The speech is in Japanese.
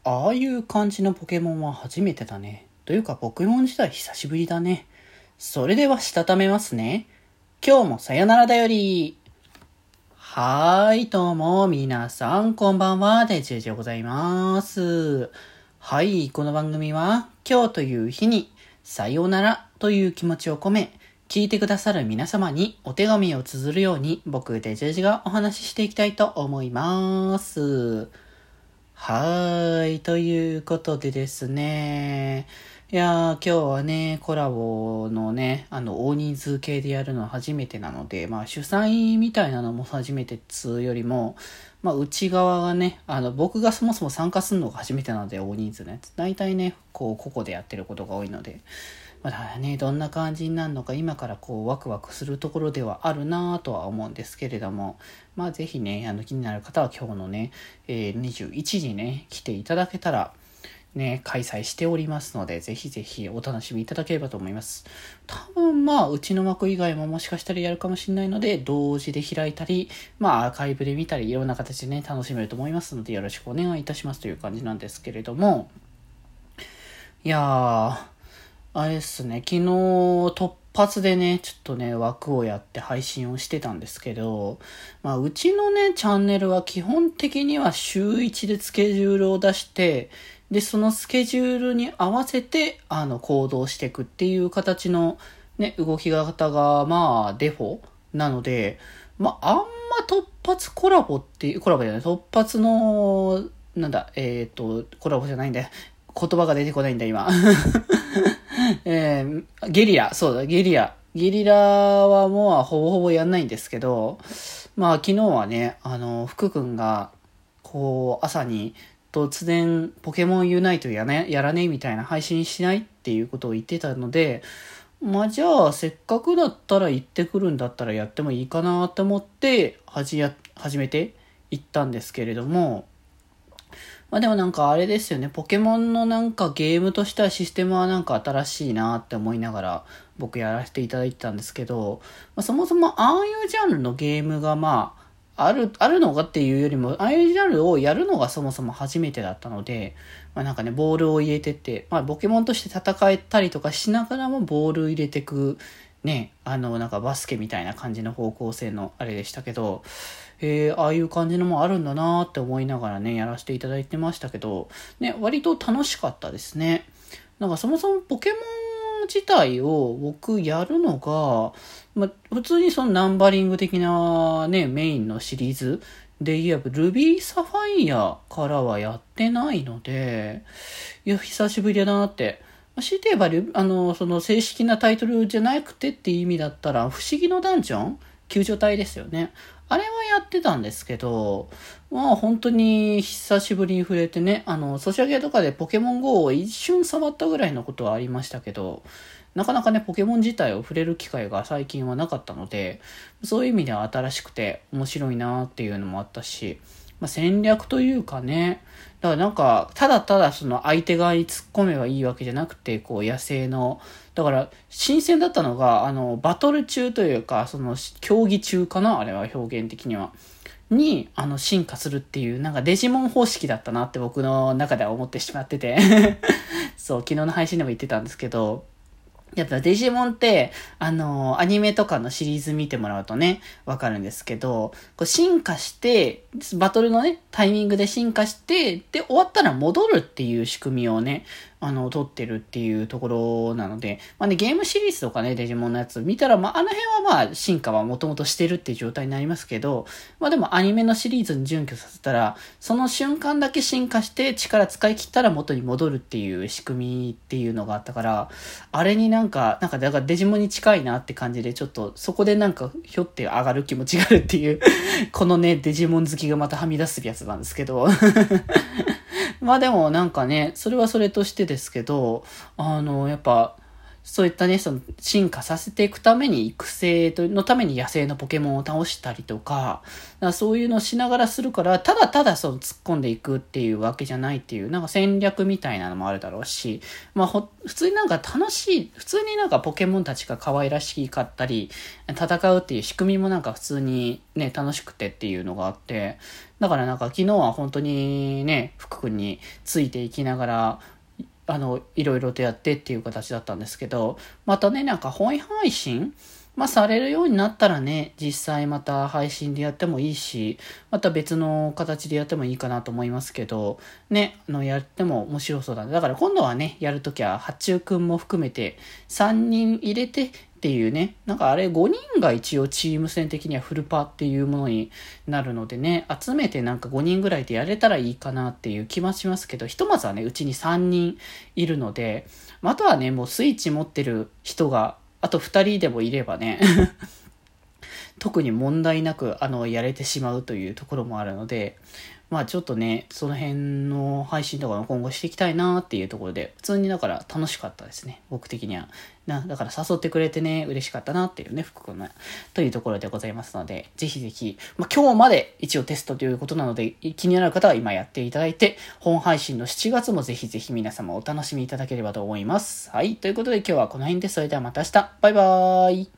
ああいう感じのポケモンは初めてだね。というかポケモン自体久しぶりだね。それではしたためますね。今日もさよならだより。どうも皆さんこんばんは、デジェジでございます。はい、この番組は今日という日にさよならという気持ちを込め、聞いてくださる皆様にお手紙を綴るように僕デジェジがお話ししていきたいと思います。ということでですね。いやー、今日はね、コラボのね、大人数系でやるのは初めてなので、主催みたいなのも初めてっつうよりも、内側がね、僕がそもそも参加するのが初めてなので、大人数のやつ。大体ね、個々でやってることが多いので、だからね、どんな感じになるのか今からワクワクするところではあるなぁとは思うんですけれども、ぜひね、気になる方は今日のね、21時にね、来ていただけたら、ね、開催しておりますので、ぜひぜひお楽しみいただければと思います。多分うちの枠以外ももしかしたらやるかもしれないので、同時で開いたり、アーカイブで見たり、いろんな形でね、楽しめると思いますので、よろしくお願いいたしますという感じなんですけれども、いやー、あれですね、昨日突発でね、ちょっとね、枠をやって配信をしてたんですけど、うちのね、チャンネルは基本的には週1でスケジュールを出して、で、そのスケジュールに合わせて、行動していくっていう形のね、動き方が、デフォなので、あんま突発コラボっていう、コラボじゃない、突発の、コラボじゃないんだよ。言葉が出てこないんだ、今。ゲリラ、そうだ、ゲリラ。ゲリラはもうほぼほぼやんないんですけど、昨日はね、福くんが、朝に突然ポケモンユナイトやらねえみたいな配信しないっていうことを言ってたので、じゃあ、せっかくだったら行ってくるんだったらやってもいいかなと思って、始めて行ったんですけれども、でもあれですよね、ポケモンのゲームとしてはシステムは新しいなって思いながら僕やらせていただいてたんですけど、そもそもああいうジャンルのゲームがあるのがっていうよりも、ああいうジャンルをやるのがそもそも初めてだったので、ボールを入れてって、ポケモンとして戦えたりとかしながらもボール入れてく、ね、バスケみたいな感じの方向性のあれでしたけど、ああいう感じのもあるんだなーって思いながらね、やらせていただいてましたけど、ね、割と楽しかったですね。そもそもポケモン自体を僕やるのが、普通にそのナンバリング的なね、メインのシリーズで言えば、ルビーサファイアからはやってないので、いや、久しぶりだなって。強いて言えば、その正式なタイトルじゃなくてっていう意味だったら、不思議のダンジョン救助隊ですよね。あれはやってたんですけど、本当に久しぶりに触れてね、ソシャゲとかでポケモン GO を一瞬触ったぐらいのことはありましたけど、なかなかね、ポケモン自体を触れる機会が最近はなかったので、そういう意味では新しくて面白いなっていうのもあったし、戦略というかね、だからただただその相手側に突っ込めばいいわけじゃなくて、野生の、だから新鮮だったのが、バトル中というか、その競技中かな、あれは表現的には。進化するっていう、デジモン方式だったなって僕の中では思ってしまってて。そう、昨日の配信でも言ってたんですけど、やっぱデジモンって、アニメとかのシリーズ見てもらうとね、わかるんですけど、進化して、バトルのね、タイミングで進化して、で、終わったら戻るっていう仕組みをね、取ってるっていうところなので、ゲームシリーズとかね、デジモンのやつ見たら、あの辺は進化はもともとしてるっていう状態になりますけど、でもアニメのシリーズに準拠させたら、その瞬間だけ進化して力使い切ったら元に戻るっていう仕組みっていうのがあったから、あれにだからデジモンに近いなって感じで、ちょっとそこでひょって上がる気持ちがあるっていう、このね、デジモン好きがまたはみ出すやつなんですけど。でもね、それはそれとしてですけど、やっぱ、 そういったね、その進化させていくために育成のために野生のポケモンを倒したりとか、そういうのをしながらするから、ただただその突っ込んでいくっていうわけじゃないっていう、なんか戦略みたいなのもあるだろうし、まあ普通になんか楽しい、普通になんかポケモンたちが可愛らしかったり、戦うっていう仕組みもなんか普通にね、楽しくてっていうのがあって、だからなんか昨日は本当にね、福君についていきながら、いろいろとやってっていう形だったんですけど、またね、なんか本配信されるようになったらね、実際また配信でやってもいいし、また別の形でやってもいいかなと思いますけど、ね、やっても面白そうだね。だから今度はね、やるときは、八中くんも含めて3人入れてっていうね、なんかあれ5人が一応チーム戦的にはフルパっていうものになるのでね、集めてなんか5人ぐらいでやれたらいいかなっていう気はしますけど、ひとまずはね、うちに3人いるので、あとはね、もうスイッチ持ってる人が、あと2人でもいればね特に問題なくやれてしまうというところもあるので、ちょっとね、その辺の配信とかも今後していきたいなっていうところで、普通にだから楽しかったですね、僕的には。だから誘ってくれてね、嬉しかったなっていうね、福君の、というところでございますので、ぜひぜひ、今日まで一応テストということなので、気になる方は今やっていただいて、本配信の7月もぜひぜひ皆様お楽しみいただければと思います。はい、ということで今日はこの辺で、それではまた明日、バイバーイ。